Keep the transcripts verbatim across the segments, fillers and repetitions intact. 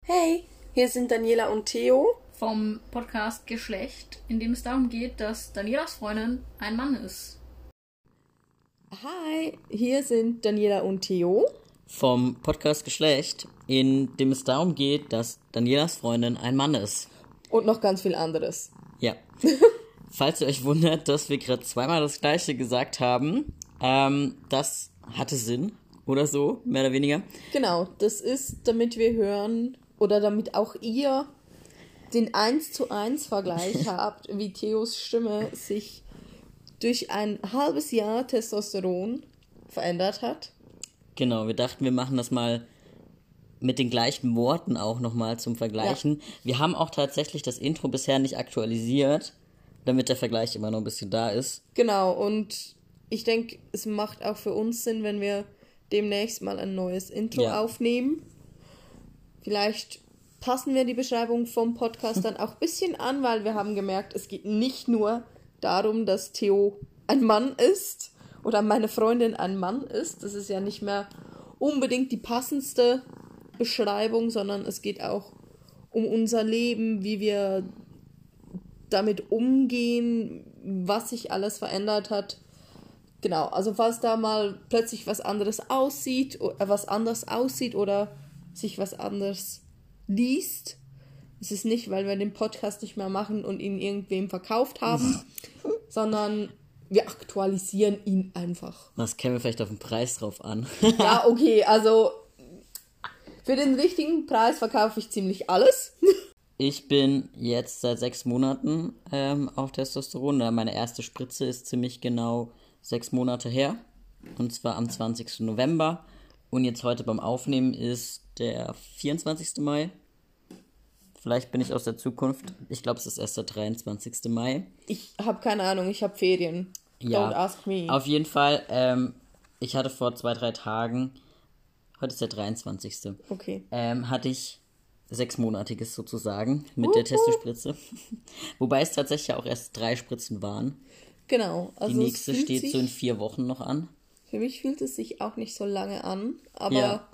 Hey, hier sind Daniela und Theo vom Podcast Geschlecht, in dem es darum geht, dass Danielas Freundin ein Mann ist. Hi, hier sind Daniela und Theo vom Podcast Geschlecht, in dem es darum geht, dass Danielas Freundin ein Mann ist. Und noch ganz viel anderes. Ja. Falls ihr euch wundert, dass wir gerade zweimal das Gleiche gesagt haben, ähm, das hatte Sinn oder so, mehr oder weniger. Genau, das ist, damit wir hören oder damit auch ihr den eins zu eins Vergleich habt, wie Theos Stimme sich durch ein halbes Jahr Testosteron verändert hat. Genau, wir dachten, wir machen das mal mit den gleichen Worten auch nochmal zum Vergleichen. Ja. Wir haben auch tatsächlich das Intro bisher nicht aktualisiert, damit der Vergleich immer noch ein bisschen da ist. Genau, und ich denke, es macht auch für uns Sinn, wenn wir demnächst mal ein neues Intro ja. aufnehmen. Vielleicht passen wir die Beschreibung vom Podcast dann auch ein bisschen an, weil wir haben gemerkt, es geht nicht nur darum, dass Theo ein Mann ist oder meine Freundin ein Mann ist. Das ist ja nicht mehr unbedingt die passendste Beschreibung, sondern es geht auch um unser Leben, wie wir damit umgehen, was sich alles verändert hat. Genau, also falls da mal plötzlich was anderes aussieht, äh, was anders aussieht oder sich was anderes liest, ist es nicht, weil wir den Podcast nicht mehr machen und ihn irgendwem verkauft haben, sondern wir aktualisieren ihn einfach. Das käme vielleicht auf den Preis drauf an. Ja, okay, also für den richtigen Preis verkaufe ich ziemlich alles. Ich bin jetzt seit sechs Monaten ähm, auf Testosteron. Meine erste Spritze ist ziemlich genau sechs Monate her. Und zwar am zwanzigsten November. Und jetzt heute beim Aufnehmen ist der vierundzwanzigsten Mai. Vielleicht bin ich aus der Zukunft. Ich glaube, es ist erst der dreiundzwanzigsten Mai. Ich habe keine Ahnung, ich habe Ferien. Ja, Don't ask me. Auf jeden Fall, ähm, ich hatte vor zwei, drei Tagen, heute ist der dreiundzwanzigste Okay. Ähm, hatte ich sechsmonatiges sozusagen mit Uhu. der Testospritze. Wobei es tatsächlich auch erst drei Spritzen waren. Genau. Also die nächste steht sich, so in vier Wochen noch an. Für mich fühlt es sich auch nicht so lange an, aber... Ja.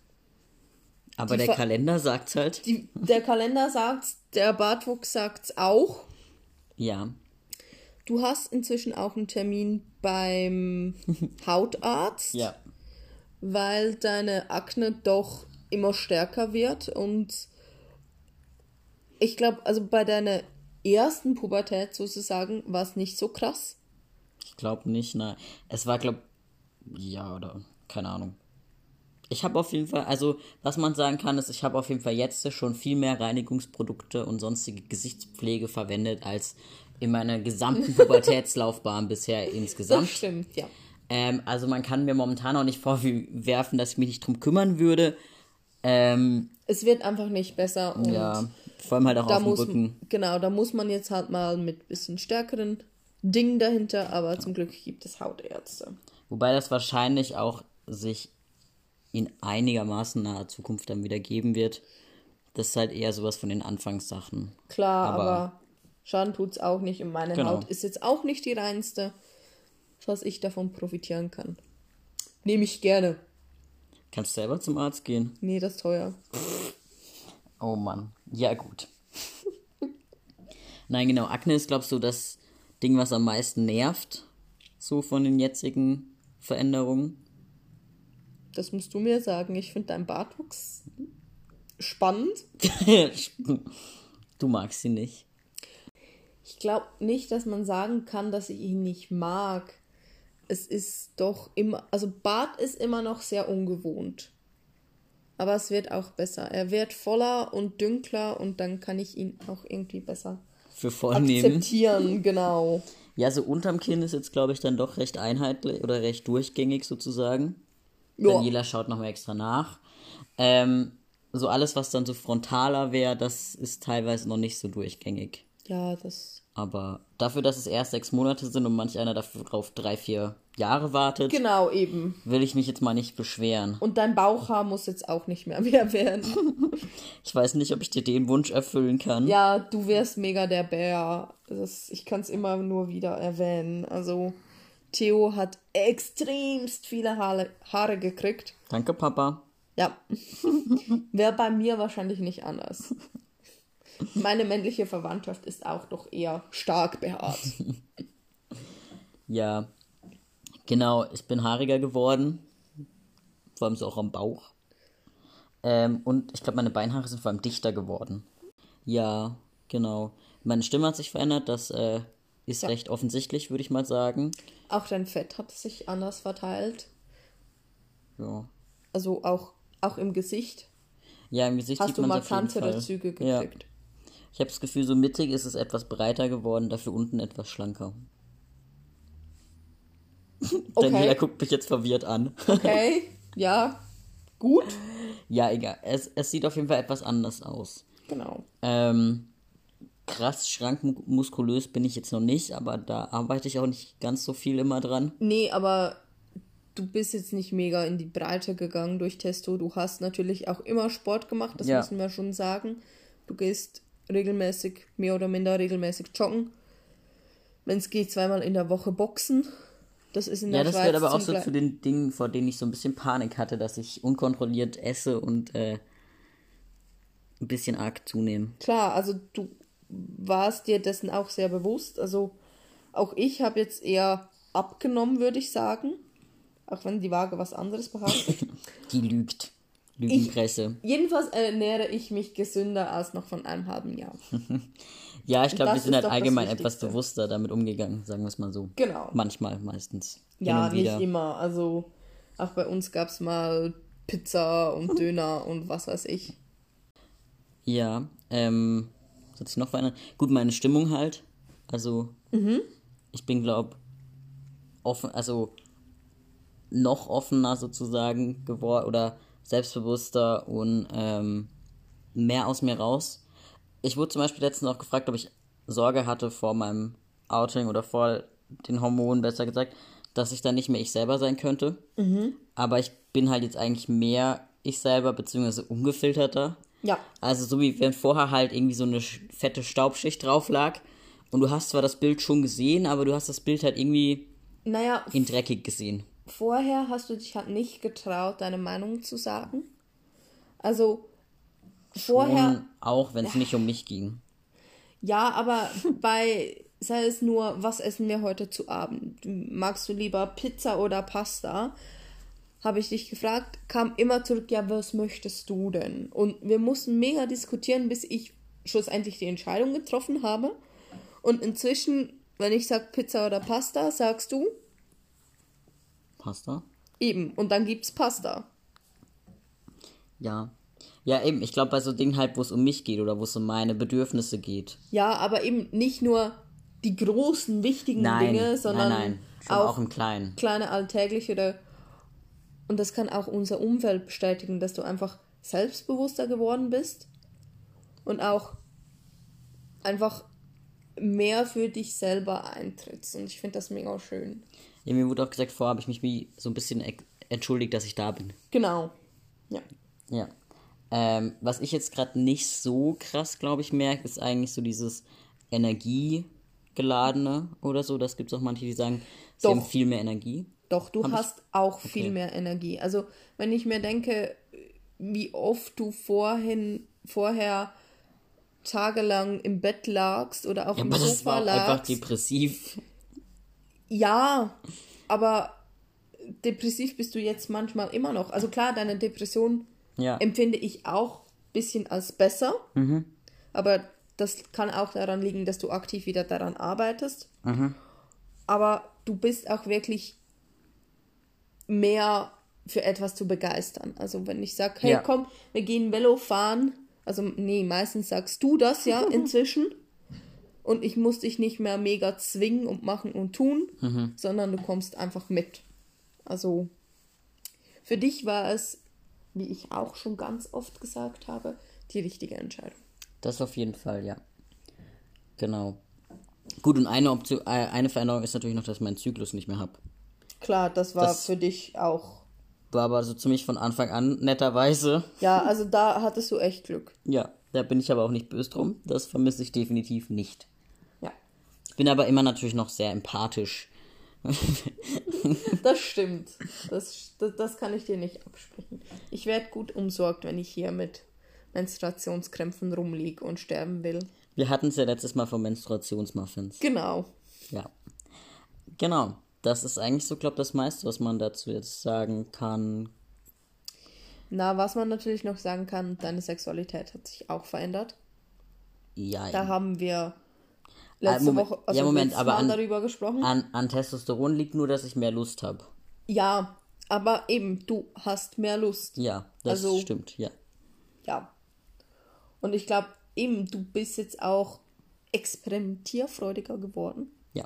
Aber der Ver- Kalender sagt's halt. Die, der Kalender sagt's, der Bartwuchs sagt's auch. Ja. Du hast inzwischen auch einen Termin beim Hautarzt. Ja. Weil deine Akne doch immer stärker wird und ich glaube, also bei deiner ersten Pubertät sozusagen war es nicht so krass. Ich glaube nicht, nein. Es war, glaube ja, oder keine Ahnung. Ich habe auf jeden Fall, also was man sagen kann, ist, ich habe auf jeden Fall jetzt schon viel mehr Reinigungsprodukte und sonstige Gesichtspflege verwendet als in meiner gesamten Pubertätslaufbahn bisher insgesamt. Das stimmt, ja. Ähm, also man kann mir momentan auch nicht vorwerfen, dass ich mich nicht drum kümmern würde. Ähm, es wird einfach nicht besser. Und ja, vor allem halt auch auf dem muss, Rücken. Genau, da muss man jetzt halt mal mit bisschen stärkeren Dingen dahinter, aber zum Glück gibt es Hautärzte. Wobei das wahrscheinlich auch sich in einigermaßen naher Zukunft dann wieder geben wird. Das ist halt eher sowas von den Anfangssachen. Klar, aber, aber Schaden tut's auch nicht und meine genau. Haut ist jetzt auch nicht die reinste, was ich davon profitieren kann. Nehme ich gerne. Kannst du selber zum Arzt gehen? Nee, das ist teuer. Oh Mann. Ja, gut. Nein, genau. Akne ist, glaubst du, das Ding, was am meisten nervt, so von den jetzigen Veränderungen? Das musst du mir sagen. Ich finde deinen Bartwuchs spannend. Du magst ihn nicht. Ich glaube nicht, dass man sagen kann, dass ich ihn nicht mag. Es ist doch immer, also Bart ist immer noch sehr ungewohnt. Aber es wird auch besser. Er wird voller und dünkler und dann kann ich ihn auch irgendwie besser für voll nehmen. Akzeptieren, genau. Ja, so unterm Kinn ist jetzt, glaube ich, dann doch recht einheitlich oder recht durchgängig sozusagen. Ja. Daniela schaut nochmal extra nach. Ähm, so alles, was dann so frontaler wäre, das ist teilweise noch nicht so durchgängig. Ja, das... Aber dafür, dass es erst sechs Monate sind und manch einer dafür auf drei, vier Jahre wartet, genau, eben. Will ich mich jetzt mal nicht beschweren. Und dein Bauchhaar muss jetzt auch nicht mehr mehr werden. Ich weiß nicht, ob ich dir den Wunsch erfüllen kann. Ja, du wärst mega der Bär. Das, ich kann es immer nur wieder erwähnen. Also, Theo hat extremst viele Haare, Haare gekriegt. Danke, Papa. Ja. Wäre bei mir wahrscheinlich nicht anders. Meine männliche Verwandtschaft ist auch doch eher stark behaart. Ja, genau, ich bin haariger geworden. Vor allem so auch am Bauch. Ähm, und ich glaube, meine Beinhaare sind vor allem dichter geworden. Ja, genau. Meine Stimme hat sich verändert, das äh, ist Ja. recht offensichtlich, würde ich mal sagen. Auch dein Fett hat sich anders verteilt. Ja, Also auch, auch im Gesicht. ja im Gesicht Hast sieht du man es auf jeden markantere Fall. Züge Ja. gekriegt. Ich habe das Gefühl, so mittig ist es etwas breiter geworden, dafür unten etwas schlanker. Okay. Daniela guckt mich jetzt verwirrt an. Okay, ja, gut. Ja, egal. Es, es sieht auf jeden Fall etwas anders aus. Genau. Ähm, krass schrankmuskulös bin ich jetzt noch nicht, aber da arbeite ich auch nicht ganz so viel immer dran. Nee, aber du bist jetzt nicht mega in die Breite gegangen durch Testo. Du hast natürlich auch immer Sport gemacht, das Ja. müssen wir schon sagen. Du gehst regelmäßig, mehr oder minder regelmäßig joggen. Wenn es geht, zweimal in der Woche boxen. Das ist in der Ja, das Schweiz gehört aber auch zum so Gle- zu den Dingen, vor denen ich so ein bisschen Panik hatte, dass ich unkontrolliert esse und äh, ein bisschen arg zunehme. Klar, also du warst dir dessen auch sehr bewusst. Also auch ich habe jetzt eher abgenommen, würde ich sagen. Auch wenn die Waage was anderes behauptet. Die lügt. Lügenpresse. Jedenfalls ernähre ich mich gesünder als noch von einem halben Jahr. Ja, ich glaube, wir das sind ist halt doch das allgemein etwas Wichtigste. bewusster damit umgegangen, sagen wir es mal so. Genau. Manchmal, meistens. Hin Ja, und wieder. nicht immer. Also auch bei uns gab es mal Pizza und Döner und was weiß ich. Ja, ähm, was hat sich noch verändert? Gut, meine Stimmung halt. Also, ich bin, glaub, offen, also noch offener sozusagen geworden oder selbstbewusster und ähm, mehr aus mir raus. Ich wurde zum Beispiel letztens auch gefragt, ob ich Sorge hatte vor meinem Outing oder vor den Hormonen, besser gesagt, dass ich dann nicht mehr ich selber sein könnte. Aber ich bin halt jetzt eigentlich mehr ich selber, beziehungsweise ungefilterter. Ja, Also so wie wenn vorher halt irgendwie so eine sch- fette Staubschicht drauf lag und du hast zwar das Bild schon gesehen, aber du hast das Bild halt irgendwie naja, in dreckig gesehen. vorher hast du dich halt nicht getraut, deine Meinung zu sagen. Also vorher, Und auch wenn es nicht um mich ging. ja, aber bei, sei es nur, was essen wir heute zu Abend? Magst du lieber Pizza oder Pasta? Habe ich dich gefragt, kam immer zurück, ja, was möchtest du denn? Und wir mussten mega diskutieren, bis ich schlussendlich die Entscheidung getroffen habe. Und inzwischen, wenn ich sage Pizza oder Pasta, sagst du Pasta? eben. Und dann gibt's Pasta. Ja. Ja, eben, ich glaube bei so Dingen halt, wo es um mich geht oder wo es um meine Bedürfnisse geht. Ja, aber eben nicht nur die großen, wichtigen Nein, Dinge, sondern nein, nein. Schon auch, auch im Kleinen. kleine alltägliche. Oder, und das kann auch unser Umfeld bestätigen, dass du einfach selbstbewusster geworden bist und auch einfach mehr für dich selber eintrittst. Und ich finde das mega schön. Ja, mir wurde auch gesagt, vorher habe ich mich wie so ein bisschen ex- entschuldigt, dass ich da bin. Genau. Ja. Ja. Ähm, was ich jetzt gerade nicht so krass, glaube ich, merke, ist eigentlich so dieses Energiegeladene oder so. Das gibt es auch manche, die sagen, sie Doch. haben viel mehr Energie. Doch, du Hab ich- hast auch viel mehr Energie. Also, wenn ich mir denke, wie oft du vorhin, vorher tagelang im Bett lagst oder auf Ja, dem aber das Sofa war auch einfach lagst. depressiv. Ja, aber depressiv bist du jetzt manchmal immer noch. Also klar, deine Depression Ja. empfinde ich auch ein bisschen als besser. Aber das kann auch daran liegen, dass du aktiv wieder daran arbeitest. Aber du bist auch wirklich mehr für etwas zu begeistern. Also wenn ich sage, hey Ja. komm, wir gehen Velo fahren. Also nee, meistens sagst du das ja inzwischen. Und ich muss dich nicht mehr mega zwingen und machen und tun, sondern du kommst einfach mit. Also für dich war es, wie ich auch schon ganz oft gesagt habe, die richtige Entscheidung. Das auf jeden Fall, ja. Genau. Gut, und eine Option, äh, eine Veränderung ist natürlich noch, dass ich meinen Zyklus nicht mehr habe. Klar, das war Das- für dich auch. War aber so ziemlich von Anfang an, netterweise. Ja, also da hattest du echt Glück. Ja, da bin ich aber auch nicht böse drum. Das vermisse ich definitiv nicht. Ja. Ich bin aber immer natürlich noch sehr empathisch, Das stimmt. Das, das, das kann ich dir nicht absprechen. Ich werde gut umsorgt, wenn ich hier mit Menstruationskrämpfen rumliege und sterben will. Wir hatten es ja letztes Mal von Menstruationsmuffins. Genau. Ja. Genau. Das ist eigentlich so, glaube ich, das meiste, was man dazu jetzt sagen kann. Na, was man natürlich noch sagen kann, deine Sexualität hat sich auch verändert. Ja. Da haben wir letzte Moment, Woche also ja, Moment, aber Mal an, darüber gesprochen. An, an Testosteron liegt nur, dass ich mehr Lust habe. Ja, aber eben, du hast mehr Lust. Ja, das also, stimmt, ja. Ja. Und ich glaube, eben, du bist jetzt auch experimentierfreudiger geworden. Ja.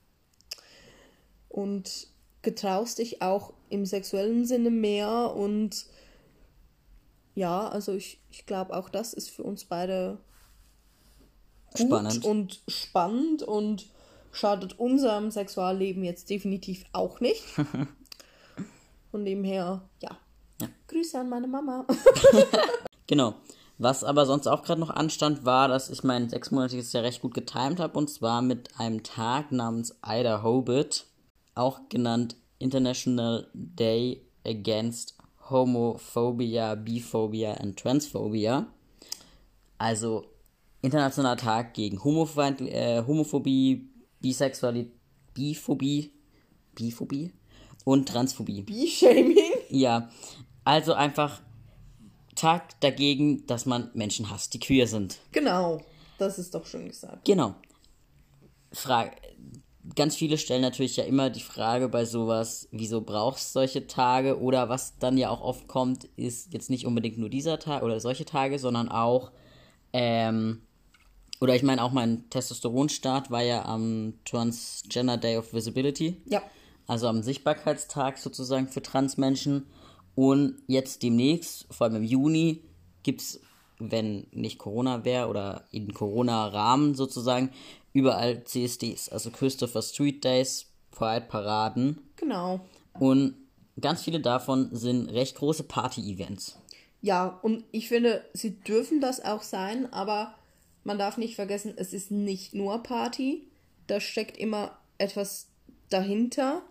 Und getraust dich auch im sexuellen Sinne mehr und ja, also ich, ich glaube auch das ist für uns beide gut Spannend. und spannend und schadet unserem Sexualleben jetzt definitiv auch nicht. Von dem her, ja. ja. Grüße an meine Mama. Genau. Was aber sonst auch gerade noch anstand, war, dass ich mein sechsmonatiges ja recht gut getimt habe und zwar mit einem Tag namens Ida Hobbit, auch genannt International Day Against Homophobia, Biphobia and Transphobia. Also Internationaler Tag gegen Homoph- äh, Homophobie, Bisexualität, Biphobie, Biphobie und Transphobie. Bi-Shaming? Ja, also einfach Tag dagegen, dass man Menschen hasst, die queer sind. Genau, das ist doch schon gesagt. Genau. Frage. Ganz viele stellen natürlich ja immer die Frage bei sowas, wieso brauchst du solche Tage? Oder was dann ja auch oft kommt, ist jetzt nicht unbedingt nur dieser Tag oder solche Tage, sondern auch, ähm, oder ich meine auch mein Testosteronstart war ja am Transgender Day of Visibility. Ja. Also am Sichtbarkeitstag sozusagen für Transmenschen. Und jetzt demnächst, vor allem im Juni, gibt es, wenn nicht Corona wäre oder in Corona-Rahmen sozusagen, überall C S Ds, also Christopher Street Days, Pride-Paraden. Genau. Und ganz viele davon sind recht große Party-Events. Ja, und ich finde, sie dürfen das auch sein, aber man darf nicht vergessen, es ist nicht nur Party. Da steckt immer etwas dahinter.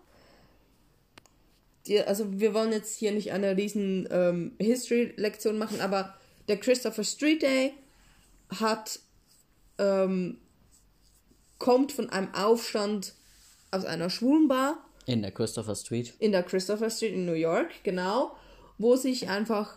Die, also wir wollen jetzt hier nicht eine riesen ähm, History-Lektion machen, aber der Christopher Street Day hat ähm, kommt von einem Aufstand aus einer Schwulenbar. In der Christopher Street. In der Christopher Street in New York, genau. Wo sich einfach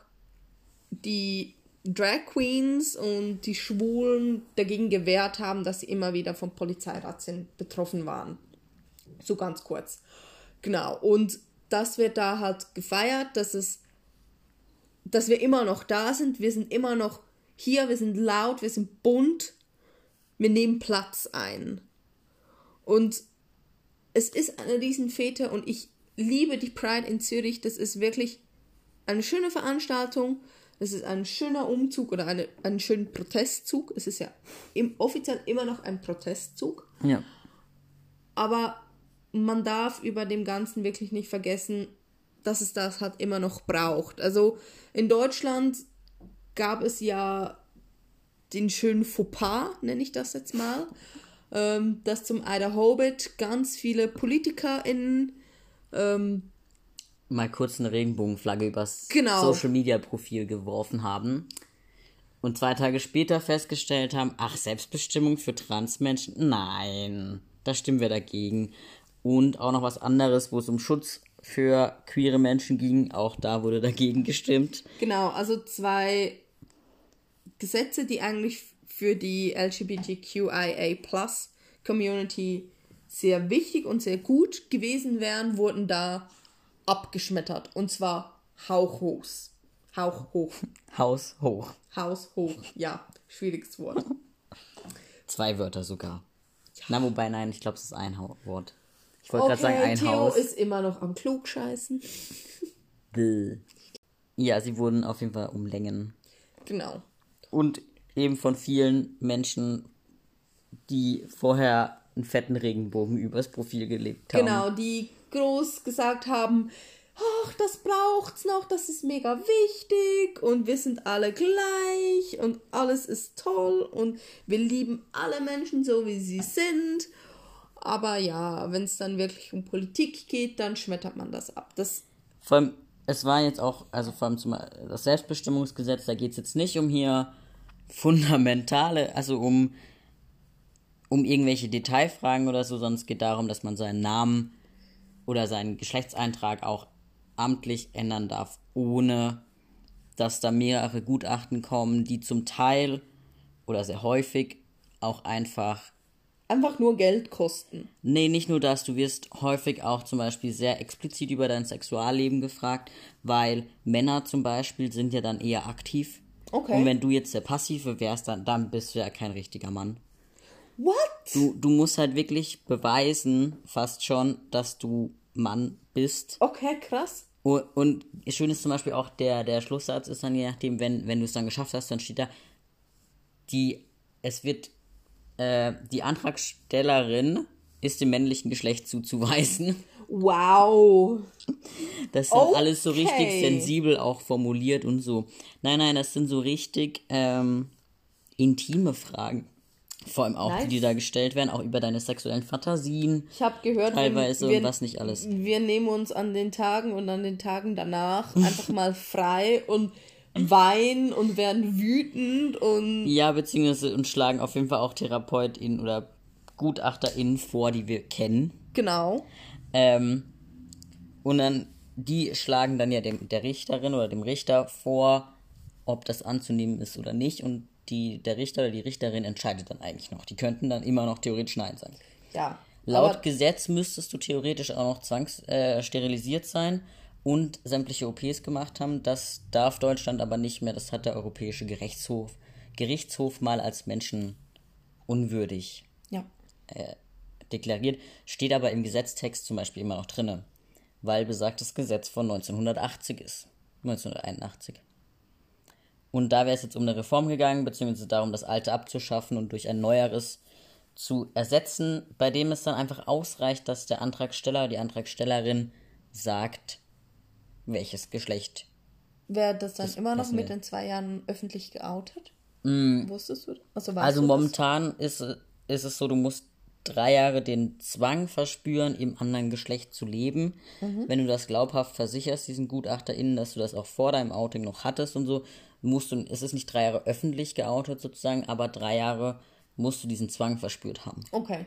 die Drag Queens und die Schwulen dagegen gewehrt haben, dass sie immer wieder von Polizeirazzien betroffen waren. So ganz kurz. Genau. Und das wird da halt gefeiert, dass es, dass wir immer noch da sind. Wir sind immer noch hier, wir sind laut, wir sind bunt. Wir nehmen Platz ein. Und es ist eine Riesenfete und ich liebe die Pride in Zürich. Das ist wirklich eine schöne Veranstaltung. Das ist ein schöner Umzug oder eine, ein schöner Protestzug. Es ist ja im, offiziell immer noch ein Protestzug. Ja. Aber man darf über dem Ganzen wirklich nicht vergessen, dass es das halt immer noch braucht. Also in Deutschland gab es ja den schönen Fauxpas, nenne ich das jetzt mal, ähm, dass zum Ida Hobbit ganz viele PolitikerInnen ähm, mal kurz eine Regenbogenflagge übers genau. Social-Media-Profil geworfen haben und zwei Tage später festgestellt haben, ach, Selbstbestimmung für Transmenschen? Nein, da stimmen wir dagegen. Und auch noch was anderes, wo es um Schutz für queere Menschen ging, auch da wurde dagegen gestimmt. Genau, also zwei Gesetze, die eigentlich für die L G B T Q I A Plus Community sehr wichtig und sehr gut gewesen wären, wurden da abgeschmettert. Und zwar hauchhoch. Hauchhoch. Haus hoch. Haus hoch. Ja, schwieriges Wort. Zwei Wörter sogar. Ja. Na, wobei, nein, ich glaube, es ist ein Wort. Ich wollte okay, gerade sagen, ein Theo Haus. ist immer noch am Klugscheißen. Ja, sie wurden auf jeden Fall um Längen. Genau. Und eben von vielen Menschen, die vorher einen fetten Regenbogen übers Profil gelegt haben. Genau, die groß gesagt haben, ach, das braucht's noch, das ist mega wichtig und wir sind alle gleich und alles ist toll und wir lieben alle Menschen so, wie sie sind. aber ja, wenn es dann wirklich um Politik geht, dann schmettert man das ab. Das Vor allem, es war jetzt auch, also vor allem zum, das Selbstbestimmungsgesetz, da geht es jetzt nicht um hier fundamentale, also um, um irgendwelche Detailfragen oder so, sondern es geht darum, dass man seinen Namen oder seinen Geschlechtseintrag auch amtlich ändern darf, ohne dass da mehrere Gutachten kommen, die zum Teil oder sehr häufig auch einfach einfach nur Geld kosten. Nee, nicht nur das, du wirst häufig auch zum Beispiel sehr explizit über dein Sexualleben gefragt, weil Männer zum Beispiel sind ja dann eher aktiv. Okay. Und wenn du jetzt der Passive wärst, dann, dann bist du ja kein richtiger Mann. What? Du, du musst halt wirklich beweisen, fast schon, dass du Mann bist. Okay, krass. Und, und schön ist zum Beispiel auch, der, der Schlusssatz ist dann je nachdem, wenn, wenn du es dann geschafft hast, dann steht da, die, es wird Äh, die Antragstellerin ist dem männlichen Geschlecht zuzuweisen. Wow. Das sind Okay. alles so richtig sensibel auch formuliert und so. Nein, nein, das sind so richtig ähm, intime Fragen. Vor allem auch, Nice. die dir da gestellt werden, auch über deine sexuellen Fantasien. Ich habe gehört, Teilweise wir, und was nicht alles. Wir nehmen uns an den Tagen und an den Tagen danach einfach mal frei und weinen und werden wütend und... Ja, beziehungsweise und schlagen auf jeden Fall auch TherapeutInnen oder GutachterInnen vor, die wir kennen. Genau. Ähm, und dann, die schlagen dann ja dem, der Richterin oder dem Richter vor, ob das anzunehmen ist oder nicht. Und die, der Richter oder die Richterin entscheidet dann eigentlich noch. Die könnten dann immer noch theoretisch Nein sagen. Ja. Laut aber Gesetz müsstest du theoretisch auch noch zwangssterilisiert äh, sterilisiert sein und sämtliche O Ps gemacht haben. Das darf Deutschland aber nicht mehr. Das hat der Europäische Gerichtshof, Gerichtshof mal als menschenunwürdig ja. deklariert. Steht aber im Gesetztext zum Beispiel immer noch drinne, weil besagtes Gesetz von neunzehnhundertachtzig ist. neunzehnhunderteinundachtzig. Und da wäre es jetzt um eine Reform gegangen, beziehungsweise darum, das Alte abzuschaffen und durch ein neueres zu ersetzen, bei dem es dann einfach ausreicht, dass der Antragsteller, die Antragstellerin sagt, welches Geschlecht. Wäre das dann Das immer noch passen mit wir. den zwei Jahren öffentlich geoutet? Mm. Wusstest du das? Also, weißt Also du momentan ist, ist es so, du musst drei Jahre den Zwang verspüren, im anderen Geschlecht zu leben. Mhm. Wenn du das glaubhaft versicherst, diesen GutachterInnen, dass du das auch vor deinem Outing noch hattest und so, musst du, es ist nicht drei Jahre öffentlich geoutet sozusagen, aber drei Jahre musst du diesen Zwang verspürt haben. das? Okay.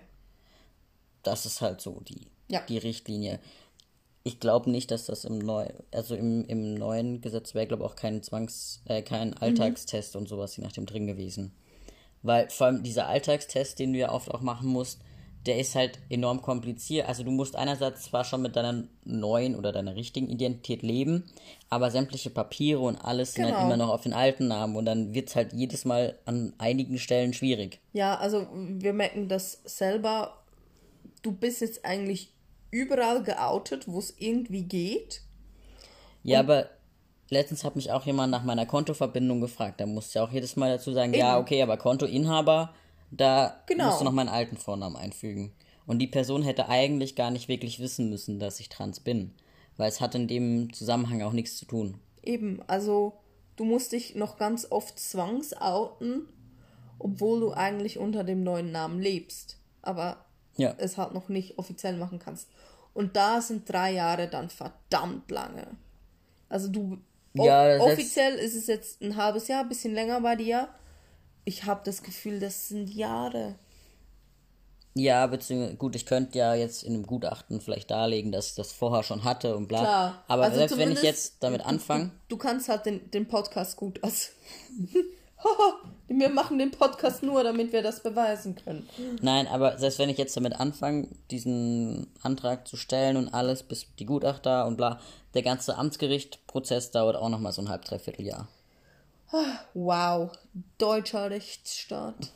Das ist halt so die, Ja. die Richtlinie. Ich glaube nicht, dass das im neu, also im, im neuen Gesetz wäre, glaube ich, auch kein Zwangs, äh, kein Alltagstest und sowas je nachdem drin gewesen. Weil vor allem dieser Alltagstest, den du ja oft auch machen musst, der ist halt enorm kompliziert. Also du musst einerseits zwar schon mit deiner neuen oder deiner richtigen Identität leben, aber sämtliche Papiere und alles sind Genau. halt immer noch auf den alten Namen und dann wird es halt jedes Mal an einigen Stellen schwierig. Ja, also wir merken das selber. Du bist jetzt eigentlich überall geoutet, wo es irgendwie geht. Ja, aber letztens hat mich auch jemand nach meiner Kontoverbindung gefragt. Da musst du ja auch jedes Mal dazu sagen, Eben. ja, okay, aber Kontoinhaber, da Genau. musst du noch meinen alten Vornamen einfügen. Und die Person hätte eigentlich gar nicht wirklich wissen müssen, dass ich trans bin. Weil es hat in dem Zusammenhang auch nichts zu tun. Eben, also du musst dich noch ganz oft zwangsouten, obwohl du eigentlich unter dem neuen Namen lebst. Aber Ja. es halt noch nicht offiziell machen kannst. Und da sind drei Jahre dann verdammt lange. Also du, o- Ja, selbst- offiziell ist es jetzt ein halbes Jahr, ein bisschen länger bei dir. Ich habe das Gefühl, das sind Jahre. Ja, beziehungsweise, gut, ich könnte ja jetzt in einem Gutachten vielleicht darlegen, dass ich das vorher schon hatte und bla. Klar. Aber Also selbst wenn ich zumindest- jetzt damit du- anfange, Du, du kannst halt den, den Podcast gut aus. Wir machen den Podcast nur, damit wir das beweisen können. nein, aber selbst wenn ich jetzt damit anfange, diesen Antrag zu stellen und alles, bis die Gutachter und bla, der ganze Amtsgerichtprozess dauert auch nochmal so ein halb, dreiviertel Jahr. Wow, deutscher Rechtsstaat.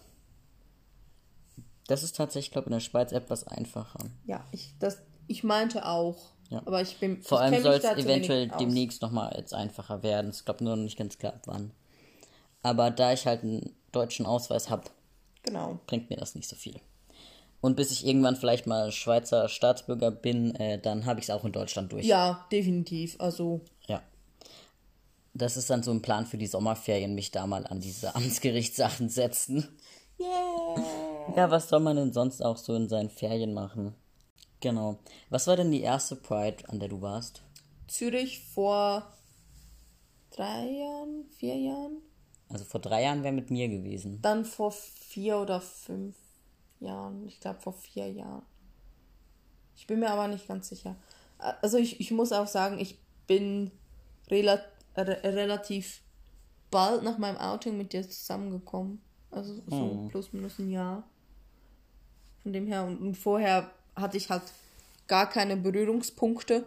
Das ist tatsächlich, glaube ich, in der Schweiz etwas einfacher. Ja, ich, das, ich meinte auch. Ja. Aber ich bin. Vor ich allem kenn soll mich es da zu eventuell wenig aus. demnächst nochmal jetzt einfacher werden. Ich glaube nur noch nicht ganz klar, ab wann. Aber da ich halt einen deutschen Ausweis habe, Genau. bringt mir das nicht so viel. Und bis ich irgendwann vielleicht mal Schweizer Staatsbürger bin, äh, dann habe ich es auch in Deutschland durch. Ja, definitiv. Also, Ja. Das ist dann so ein Plan für die Sommerferien, mich da mal an diese Amtsgerichtssachen setzen. yeah. Ja, was soll man denn sonst auch so in seinen Ferien machen? Genau. Was war denn die erste Pride, an der du warst? Zürich vor drei Jahren, vier Jahren? Also vor drei Jahren wäre mit mir gewesen. Dann vor vier oder fünf Jahren. Ich glaube vor vier Jahren. Ich bin mir aber nicht ganz sicher. Also ich, ich muss auch sagen, ich bin rela- re- relativ bald nach meinem Outing mit dir zusammengekommen. Also so Hm. plus minus ein Jahr. Von dem her. Und, und vorher hatte ich halt gar keine Berührungspunkte.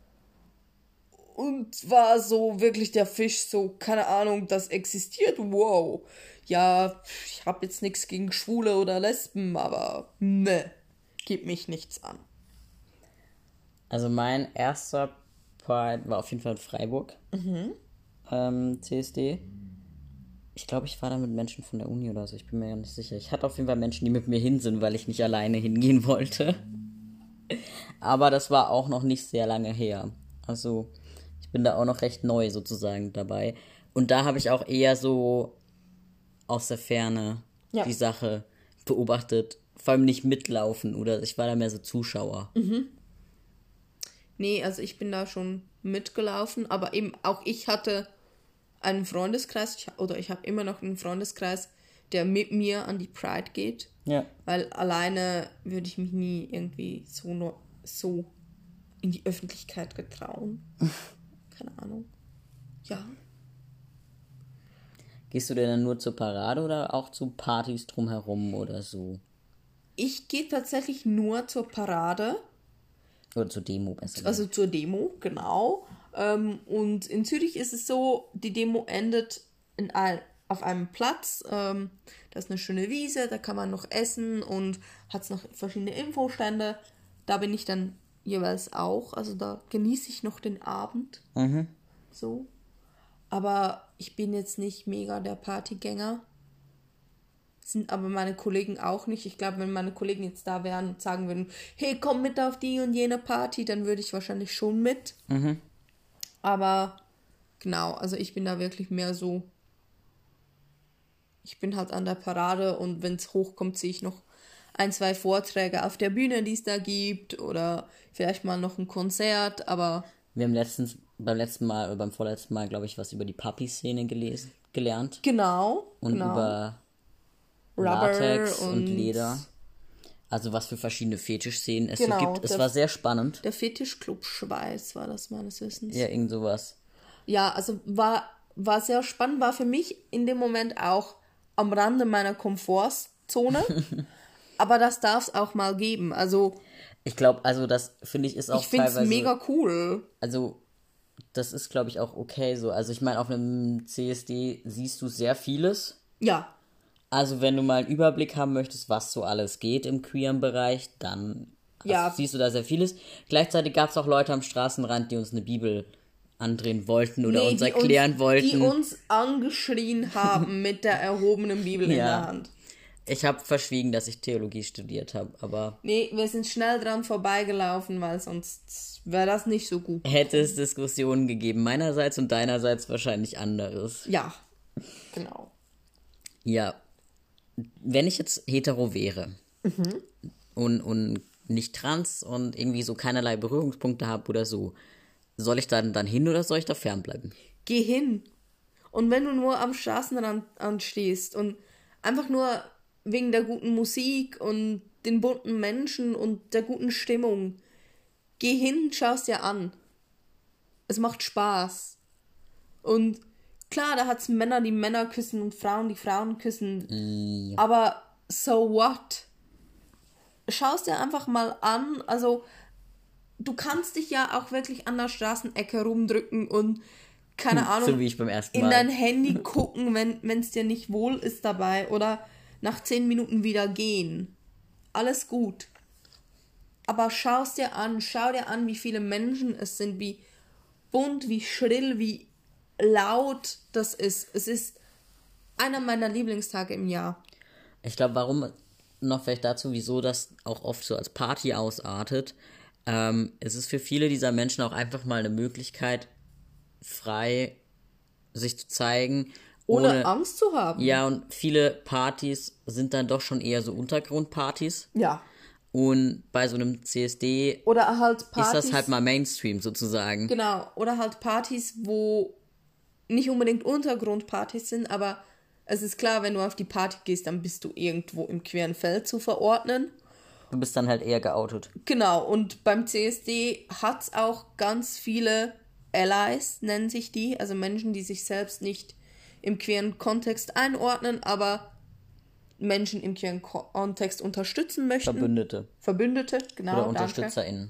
Und war so wirklich der Fisch, so, keine Ahnung, das existiert, wow. Ja, ich habe jetzt nichts gegen Schwule oder Lesben, aber ne, geht mich nichts an. Also mein erster Pride war auf jeden Fall in Freiburg. Mhm. Ähm, C S D. Ich glaube, ich war da mit Menschen von der Uni oder so, ich bin mir gar nicht sicher. Ich hatte auf jeden Fall Menschen, die mit mir hin sind, weil ich nicht alleine hingehen wollte. Aber das war auch noch nicht sehr lange her. Also ich bin da auch noch recht neu sozusagen dabei. Und da habe ich auch eher so aus der Ferne Ja. die Sache beobachtet. Vor allem nicht mitlaufen oder ich war da mehr so Zuschauer. Mhm. Nee, also ich bin da schon mitgelaufen, aber eben auch ich hatte einen Freundeskreis, ich, oder ich habe immer noch einen Freundeskreis, der mit mir an die Pride geht. Ja. Weil alleine würde ich mich nie irgendwie so, no, so in die Öffentlichkeit getrauen. Keine Ahnung. Ja. Gehst du denn dann nur zur Parade oder auch zu Partys drumherum oder so? Ich gehe tatsächlich nur zur Parade. Oder zur Demo besser. Also zur Demo, genau. Ähm, und in Zürich ist es so, die Demo endet in ein, auf einem Platz. Ähm, da ist eine schöne Wiese, da kann man noch essen und hat noch verschiedene Infostände. Da bin ich dann jeweils auch. Also da genieße ich noch den Abend. Mhm. So. Aber ich bin jetzt nicht mega der Partygänger. Sind aber meine Kollegen auch nicht. Ich glaube, wenn meine Kollegen jetzt da wären und sagen würden, hey, komm mit auf die und jene Party, dann würde ich wahrscheinlich schon mit. Mhm. Aber genau, also ich bin da wirklich mehr so, ich bin halt an der Parade und wenn es hochkommt, sehe ich noch ein, zwei Vorträge auf der Bühne, die es da gibt oder vielleicht mal noch ein Konzert, aber... Wir haben letztens, beim letzten Mal oder beim vorletzten Mal, glaube ich, was über die Puppy-Szene gelesen, gelernt. Genau, Und genau. über Rubber Latex und, und Leder. Also was für verschiedene Fetischszenen es Genau, so gibt. Es der- war sehr spannend. Der Fetischclub Schweiß war das meines Wissens. Ja, irgend sowas. Ja, also war, war sehr spannend, war für mich in dem Moment auch am Rande meiner Komfortzone. Aber das darf es auch mal geben. Also Ich glaube, also das finde ich ist auch ich finde es teilweise... mega cool. Also das ist, glaube ich, auch okay so. Also ich meine, auf einem C S D siehst du sehr vieles. Ja, Also wenn du mal einen Überblick haben möchtest, was so alles geht im queeren Bereich, dann Ja. hast, siehst du da sehr vieles. Gleichzeitig gab es auch Leute am Straßenrand, die uns eine Bibel andrehen wollten oder nee, uns die erklären uns, wollten. Die uns angeschrien haben mit der erhobenen Bibel in Ja. der Hand. Ich habe verschwiegen, dass ich Theologie studiert habe, aber Nee, wir sind schnell dran vorbeigelaufen, weil sonst wäre das nicht so gut. hätte es Diskussionen gegeben, meinerseits und deinerseits wahrscheinlich anderes. Ja, genau. Ja, wenn ich jetzt hetero wäre und, und nicht trans und irgendwie so keinerlei Berührungspunkte habe oder so, soll ich dann, dann hin oder soll ich da fernbleiben? Geh hin. Und wenn du nur am Straßenrand anstehst und einfach nur wegen der guten Musik und den bunten Menschen und der guten Stimmung, geh hin, schau's dir an. Es macht Spaß. Und klar, da hat's Männer, die Männer küssen und Frauen, die Frauen küssen. Ja. Aber so what? Schau's dir einfach mal an. Also, du kannst dich ja auch wirklich an der Straßenecke rumdrücken und, keine Ahnung, So wie ich beim ersten in Mal. dein Handy gucken, wenn es dir nicht wohl ist dabei. Oder nach zehn Minuten wieder gehen. Alles gut. Aber schau's dir an. Schau dir an, wie viele Menschen es sind, wie bunt, wie schrill, wie laut das ist. Es ist einer meiner Lieblingstage im Jahr. Ich glaube, warum noch vielleicht dazu, wieso das auch oft so als Party ausartet. Ähm, es ist für viele dieser Menschen auch einfach mal eine Möglichkeit, frei sich zu zeigen Ohne, ohne Angst zu haben. Ja, und viele Partys sind dann doch schon eher so Untergrundpartys. Ja. Und bei so einem C S D Oder halt Partys. ist das halt mal Mainstream sozusagen. Genau. Oder halt Partys, wo nicht unbedingt Untergrundpartys sind, aber es ist klar, wenn du auf die Party gehst, dann bist du irgendwo im queeren Feld zu verordnen. Du bist dann halt eher geoutet. Genau, und beim C S D hat es auch ganz viele Allies, nennen sich die, also Menschen, die sich selbst nicht im queeren Kontext einordnen, aber Menschen im queeren Kontext unterstützen möchten. Verbündete. Verbündete, genau. Oder UnterstützerInnen.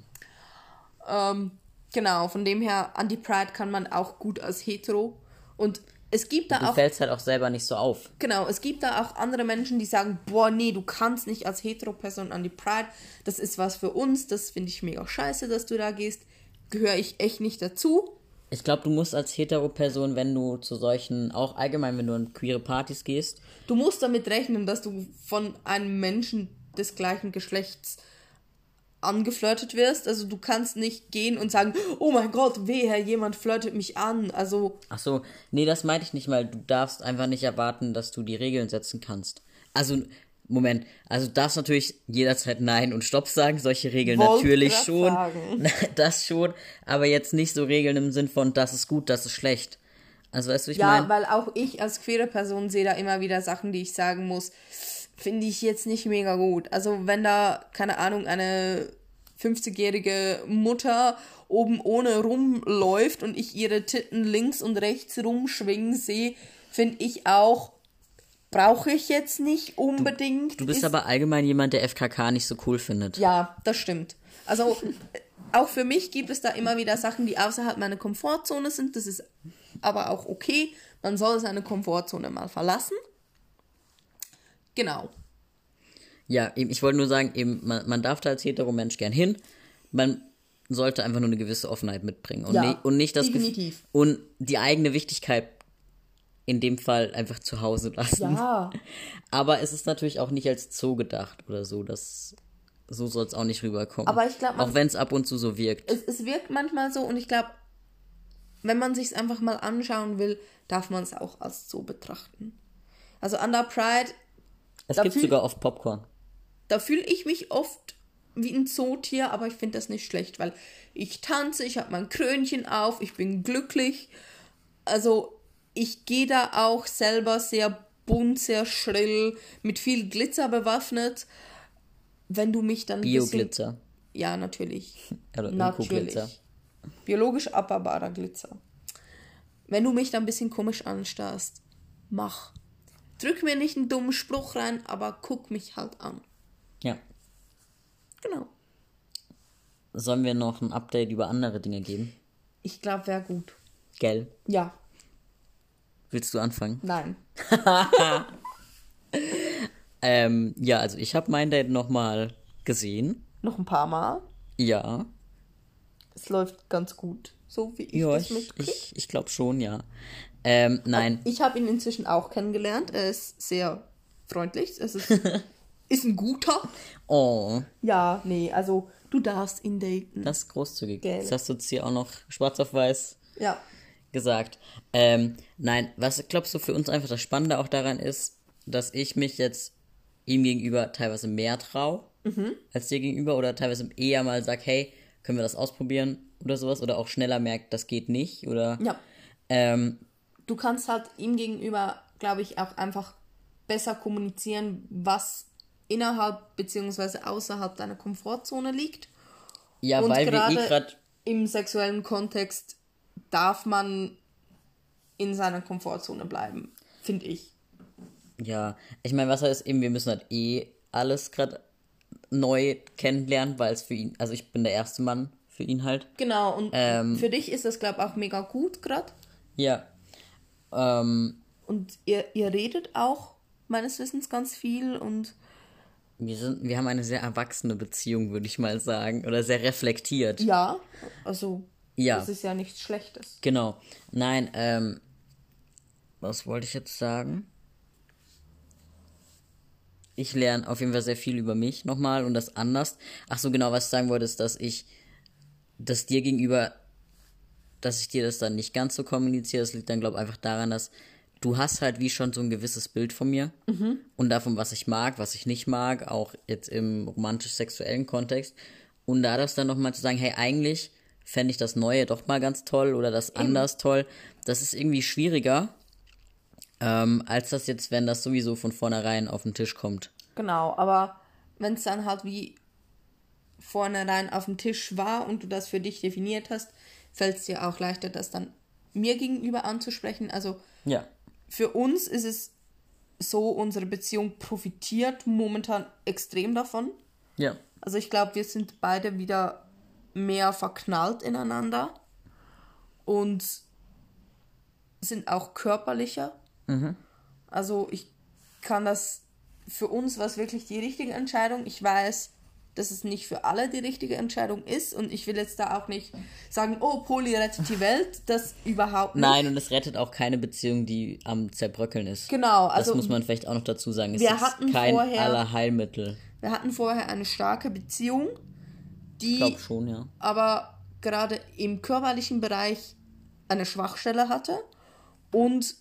Ähm, genau, von dem her, an die Pride kann man auch gut als hetero. Und es gibt da du auch... Du fällst halt auch selber nicht so auf. Genau, es gibt da auch andere Menschen, die sagen, boah, nee, du kannst nicht als Hetero-Person an die Pride. Das ist was für uns, das finde ich mega scheiße, dass du da gehst. Gehöre ich echt nicht dazu. Ich glaube, du musst als Hetero-Person, wenn du zu solchen, auch allgemein, wenn du an queere Partys gehst... Du musst damit rechnen, dass du von einem Menschen des gleichen Geschlechts angeflirtet wirst. Also du kannst nicht gehen und sagen, oh mein Gott, wehe, jemand flirtet mich an. Also... Ach so, nee, das meinte ich nicht, weil du darfst einfach nicht erwarten, dass du die Regeln setzen kannst. Also, Moment, also du darfst natürlich jederzeit Nein und Stopp sagen, solche Regeln Wollt natürlich grad schon, sagen. das schon, aber jetzt nicht so Regeln im Sinn von, das ist gut, das ist schlecht. Also weißt du, ich Ja, meine... weil auch ich als queere Person sehe da immer wieder Sachen, die ich sagen muss, finde ich jetzt nicht mega gut. Also wenn da, keine Ahnung, eine fünfzigjährige Mutter oben ohne rumläuft und ich ihre Titten links und rechts rumschwingen sehe, finde ich auch, brauche ich jetzt nicht unbedingt. Du, du bist Ist, aber allgemein jemand, der F K K nicht so cool findet. Ja, das stimmt. Also auch für mich gibt es da immer wieder Sachen, die außerhalb meiner Komfortzone sind. Das ist aber auch okay. Man soll seine Komfortzone mal verlassen. Genau. Ja, eben, ich wollte nur sagen, eben, man, man darf da als Hetero-Mensch gern hin. Man sollte einfach nur eine gewisse Offenheit mitbringen. Und, Ja, ne, und nicht das definitiv. Gef- und die eigene Wichtigkeit in dem Fall einfach zu Hause lassen. Ja. Aber es ist natürlich auch nicht als Zoo gedacht oder so. Das, so soll es auch nicht rüberkommen. Aber ich glaube, auch wenn es ab und zu so wirkt. Es, es wirkt manchmal so und ich glaube, wenn man sich es einfach mal anschauen will, darf man es auch als so betrachten. Also an der Pride, Es da gibt fühl- sogar oft Popcorn. da fühle ich mich oft wie ein Zootier, aber ich finde das nicht schlecht, weil ich tanze, ich habe mein Krönchen auf, ich bin glücklich. Also ich gehe da auch selber sehr bunt, sehr schrill, mit viel Glitzer bewaffnet. Wenn du mich dann ein bisschen... Bio-Glitzer. Ja, natürlich. Oder Natürlich. Öko-Glitzer. Biologisch abbaubarer Glitzer. Wenn du mich da ein bisschen komisch anstarrst, mach. Drück mir nicht einen dummen Spruch rein, aber guck mich halt an. Ja. Genau. Sollen wir noch ein Update über andere Dinge geben? Ich glaube, wäre gut. Gell? Ja. Willst du anfangen? Nein. Ähm, ja, also ich habe mein Date nochmal gesehen. Noch ein paar Mal. Ja. Es läuft ganz gut, so wie ich Ja, das ich, mitkriege. ich, ich glaube schon, ja. Ähm, nein. Ich habe ihn inzwischen auch kennengelernt. Er ist sehr freundlich. Es ist, ist ein guter. Oh, Ja, nee, also du darfst ihn daten. das ist großzügig. Gell. Das hast du jetzt hier auch noch schwarz auf weiß Ja. gesagt. Ähm, nein, was glaubst du für uns einfach das Spannende auch daran ist, dass ich mich jetzt ihm gegenüber teilweise mehr traue als dir gegenüber oder teilweise eher mal sag, hey, können wir das ausprobieren oder sowas oder auch schneller merkt, das geht nicht oder Ja. ähm, Du kannst halt ihm gegenüber, glaube ich, auch einfach besser kommunizieren, was innerhalb bzw. außerhalb deiner Komfortzone liegt. ja, Und weil wir eh gerade gerade im sexuellen Kontext darf man in seiner Komfortzone bleiben, finde ich. ja, ich meine, was heißt eben, wir müssen halt eh alles gerade neu kennenlernen, weil es für ihn, also ich bin der erste Mann für ihn halt. Genau, und Ähm. für dich ist das, glaube ich, auch mega gut gerade. Ja. Ähm, Und ihr, ihr redet auch meines Wissens ganz viel und wir sind, wir haben eine sehr erwachsene Beziehung, würde ich mal sagen, oder sehr reflektiert. ja, also Ja. das ist ja nichts Schlechtes. Genau. Nein, ähm, was wollte ich jetzt sagen? Ich lerne auf jeden Fall sehr viel über mich nochmal und das anders. Ach so, genau, was ich sagen wollte, ist, dass ich, dass dir gegenüber, dass ich dir das dann nicht ganz so kommuniziere. Das liegt dann, glaube ich, einfach daran, dass du hast halt wie schon so ein gewisses Bild von mir mhm. und davon, was ich mag, was ich nicht mag, auch jetzt im romantisch-sexuellen Kontext. Und da das dann nochmal zu sagen, hey, eigentlich fände ich das Neue doch mal ganz toll oder das Eben. anders toll, das ist irgendwie schwieriger, ähm, als das jetzt, wenn das sowieso von vornherein auf den Tisch kommt. Genau, aber wenn es dann halt wie vornherein auf dem Tisch war und du das für dich definiert hast, fällt es dir auch leichter, das dann mir gegenüber anzusprechen. Also ja. Für uns ist es so, unsere Beziehung profitiert momentan extrem davon. Ja. Also ich glaube, wir sind beide wieder mehr verknallt ineinander und sind auch körperlicher. Mhm. Also ich kann das, für uns war es wirklich die richtige Entscheidung. Ich weiß, dass es nicht für alle die richtige Entscheidung ist und ich will jetzt da auch nicht sagen, oh, Poly rettet die Welt, das überhaupt nicht. Nein, und es rettet auch keine Beziehung, die am Zerbröckeln ist. Genau. Also das muss man vielleicht auch noch dazu sagen. Es wir ist hatten kein vorher, Allerheilmittel. Wir hatten vorher eine starke Beziehung, die ich glaube schon, ja. aber gerade im körperlichen Bereich eine Schwachstelle hatte und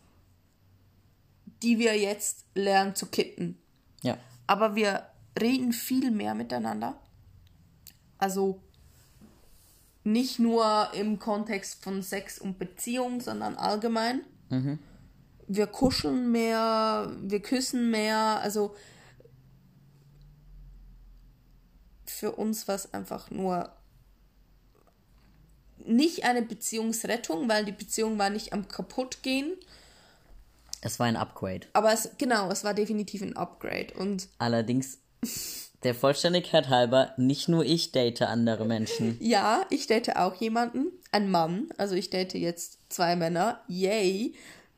die wir jetzt lernen zu kitten. Ja. Aber wir reden viel mehr miteinander. Also nicht nur im Kontext von Sex und Beziehung, sondern allgemein. Mhm. Wir kuscheln mehr, wir küssen mehr. Also für uns war es einfach nur nicht eine Beziehungsrettung, weil die Beziehung war nicht am kaputtgehen. Es war ein Upgrade. Aber es, genau, es war definitiv ein Upgrade. Und allerdings, der Vollständigkeit halber, nicht nur ich date andere Menschen. Ja, ich date auch jemanden, einen Mann. Also ich date jetzt zwei Männer. Yay.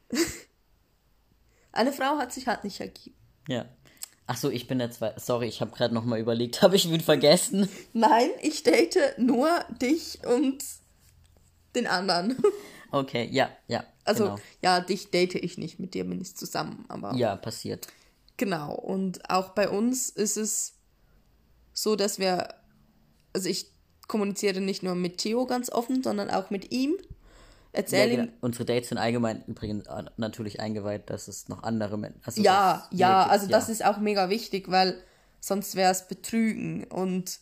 Eine Frau hat sich halt nicht ergeben. Ja. Ach so, ich bin der Zweite. Sorry, ich habe gerade noch mal überlegt. Habe ich ihn vergessen? Nein, ich date nur dich und den anderen. Okay, ja, ja. Also, genau. ja, dich date ich nicht, mit dir bin ich zusammen, aber... Ja, passiert. Genau, und auch bei uns ist es so, dass wir... Also ich kommuniziere nicht nur mit Theo ganz offen, sondern auch mit ihm. Erzähl ja, ihm... Unsere Dates sind allgemein übrigens natürlich eingeweiht, dass es noch andere Menschen... Also ja, ja, gibt, also ja. das ist auch mega wichtig, weil sonst wäre es Betrügen. Und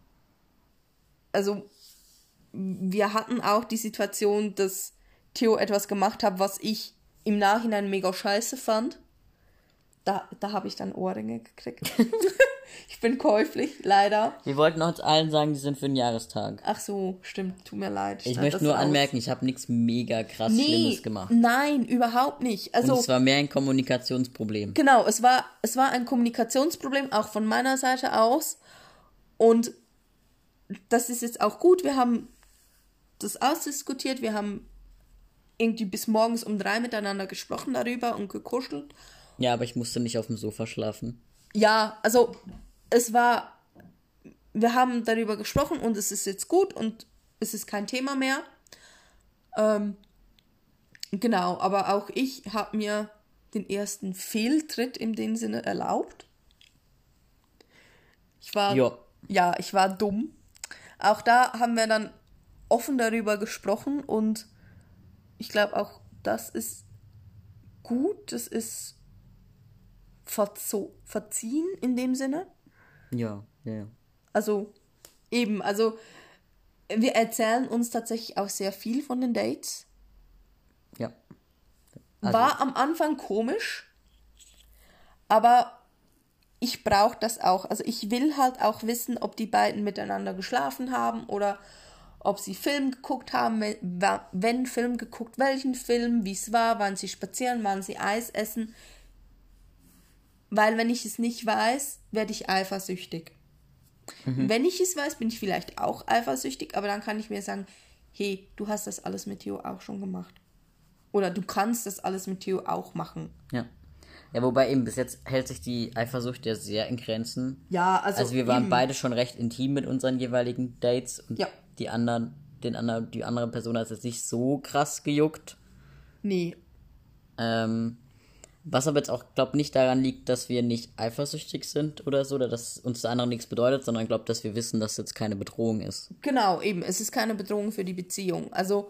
also wir hatten auch die Situation, dass Theo etwas gemacht hat, was ich im Nachhinein mega scheiße fand. Da, da habe ich dann Ohrringe gekriegt. Ich bin käuflich, leider. Wir wollten uns allen sagen, die sind für den Jahrestag. Ach so, stimmt, tut mir leid. Ich, ich möchte nur raus. anmerken, ich habe nichts mega krass nee, Schlimmes gemacht. Nein, überhaupt nicht. Also, und es war mehr ein Kommunikationsproblem. Genau, es war, es war ein Kommunikationsproblem, auch von meiner Seite aus. Und das ist jetzt auch gut. Wir haben das ausdiskutiert. Wir haben irgendwie bis morgens um drei miteinander gesprochen darüber und gekuschelt. Ja, aber ich musste nicht auf dem Sofa schlafen. Ja, also es war, wir haben darüber gesprochen und es ist jetzt gut und es ist kein Thema mehr. Ähm, genau, aber auch ich habe mir den ersten Fehltritt in dem Sinne erlaubt. Ich war, jo. ja, ich war dumm. Auch da haben wir dann offen darüber gesprochen und ich glaube auch, das ist gut, das ist verzo- verziehen in dem Sinne. Ja, ja, ja. Also eben, also wir erzählen uns tatsächlich auch sehr viel von den Dates. Ja. Also. War am Anfang komisch, aber ich brauche das auch. Also ich will halt auch wissen, ob die beiden miteinander geschlafen haben oder ob sie Film geguckt haben, wenn, wenn Film geguckt, welchen Film, wie es war, waren sie spazieren, waren sie Eis essen. Weil wenn ich es nicht weiß, werde ich eifersüchtig. Mhm. Wenn ich es weiß, bin ich vielleicht auch eifersüchtig, aber dann kann ich mir sagen, hey, du hast das alles mit Theo auch schon gemacht. Oder du kannst das alles mit Theo auch machen. Ja. Ja, wobei eben bis jetzt hält sich die Eifersucht ja sehr in Grenzen. Ja, also Also wir waren eben. beide schon recht intim mit unseren jeweiligen Dates und ja. die anderen, den anderen, die andere Person hat es jetzt nicht so krass gejuckt. Nee. Ähm, was aber jetzt auch, glaube nicht daran liegt, dass wir nicht eifersüchtig sind oder so, oder dass uns der andere nichts bedeutet, sondern glaube, dass wir wissen, dass jetzt keine Bedrohung ist. Genau, eben. Es ist keine Bedrohung für die Beziehung. Also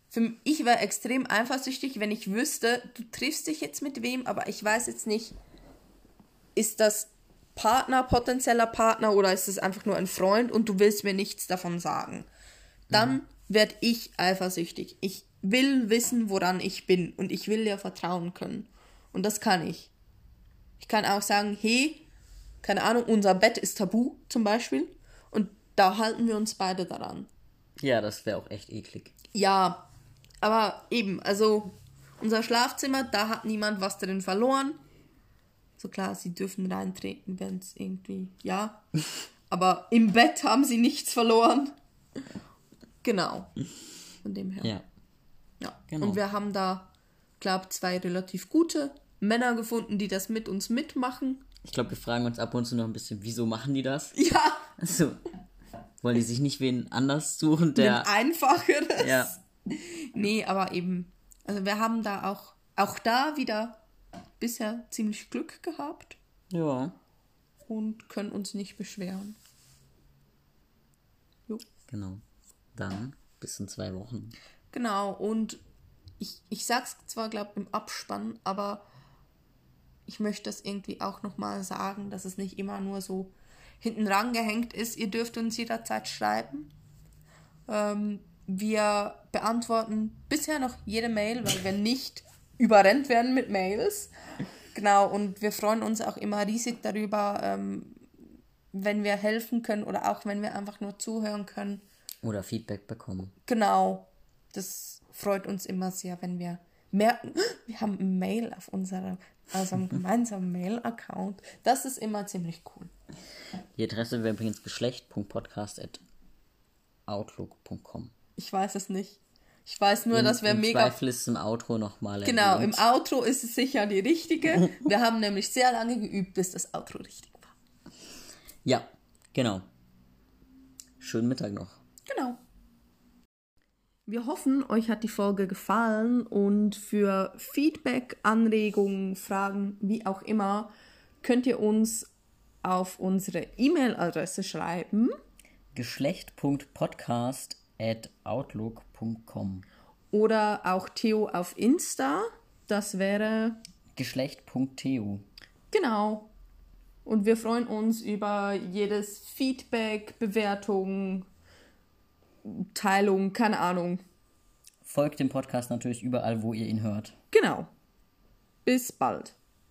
für ich wäre extrem eifersüchtig, wenn ich wüsste, du triffst dich jetzt mit wem, aber ich weiß jetzt nicht, ist das Partner, potenzieller Partner oder ist es einfach nur ein Freund und du willst mir nichts davon sagen. Dann mhm. werde ich eifersüchtig. Ich will wissen, woran ich bin und ich will dir vertrauen können. Und das kann ich. Ich kann auch sagen, hey, keine Ahnung, unser Bett ist tabu zum Beispiel und da halten wir uns beide daran. Ja, das wäre auch echt eklig. Ja, aber eben, also unser Schlafzimmer, da hat niemand was drin verloren. So klar, sie dürfen reintreten, wenn es irgendwie, ja. Aber im Bett haben sie nichts verloren. Genau. Von dem her. Ja. Ja. Genau. Und wir haben da, glaube ich, zwei relativ gute Männer gefunden, die das mit uns mitmachen. Ich glaube, wir fragen uns ab und zu noch ein bisschen, wieso machen die das? Ja. Also, wollen die sich nicht wen anders suchen, der... Ein einfacheres. Ja. Nee, aber eben, also wir haben da auch, auch da wieder bisher ziemlich Glück gehabt. Ja. Und können uns nicht beschweren. Jo. Genau. Dann bis in zwei Wochen. Genau, und ich, ich sag's zwar, glaube ich, im Abspann, aber ich möchte das irgendwie auch nochmal sagen, dass es nicht immer nur so hinten rangehängt ist. Ihr dürft uns jederzeit schreiben. Ähm, wir beantworten bisher noch jede Mail, weil wir nicht überrennt werden mit Mails. Genau, und wir freuen uns auch immer riesig darüber, ähm, wenn wir helfen können oder auch wenn wir einfach nur zuhören können. Oder Feedback bekommen. Genau, das freut uns immer sehr, wenn wir merken, wir haben ein Mail auf unserem, also einem gemeinsamen Mail-Account. Das ist immer ziemlich cool. Die Adresse wäre übrigens geschlecht punkt podcast at outlook punkt com. Ich weiß es nicht. Ich weiß nur, Im, dass wir im mega... Im Zweifel ist es im Outro nochmal Genau, erwähnt. im Outro ist es sicher die richtige. Wir haben nämlich sehr lange geübt, bis das Outro richtig war. Ja, genau. Schönen Mittag noch. Genau. Wir hoffen, euch hat die Folge gefallen und für Feedback, Anregungen, Fragen, wie auch immer, könnt ihr uns auf unsere E-Mail-Adresse schreiben. geschlecht punkt podcast at outlook punkt com Oder auch Theo auf Insta. Das wäre geschlecht punkt t u. Genau. Und wir freuen uns über jedes Feedback, Bewertung, Teilung, keine Ahnung. Folgt dem Podcast natürlich überall, wo ihr ihn hört. Genau. Bis bald.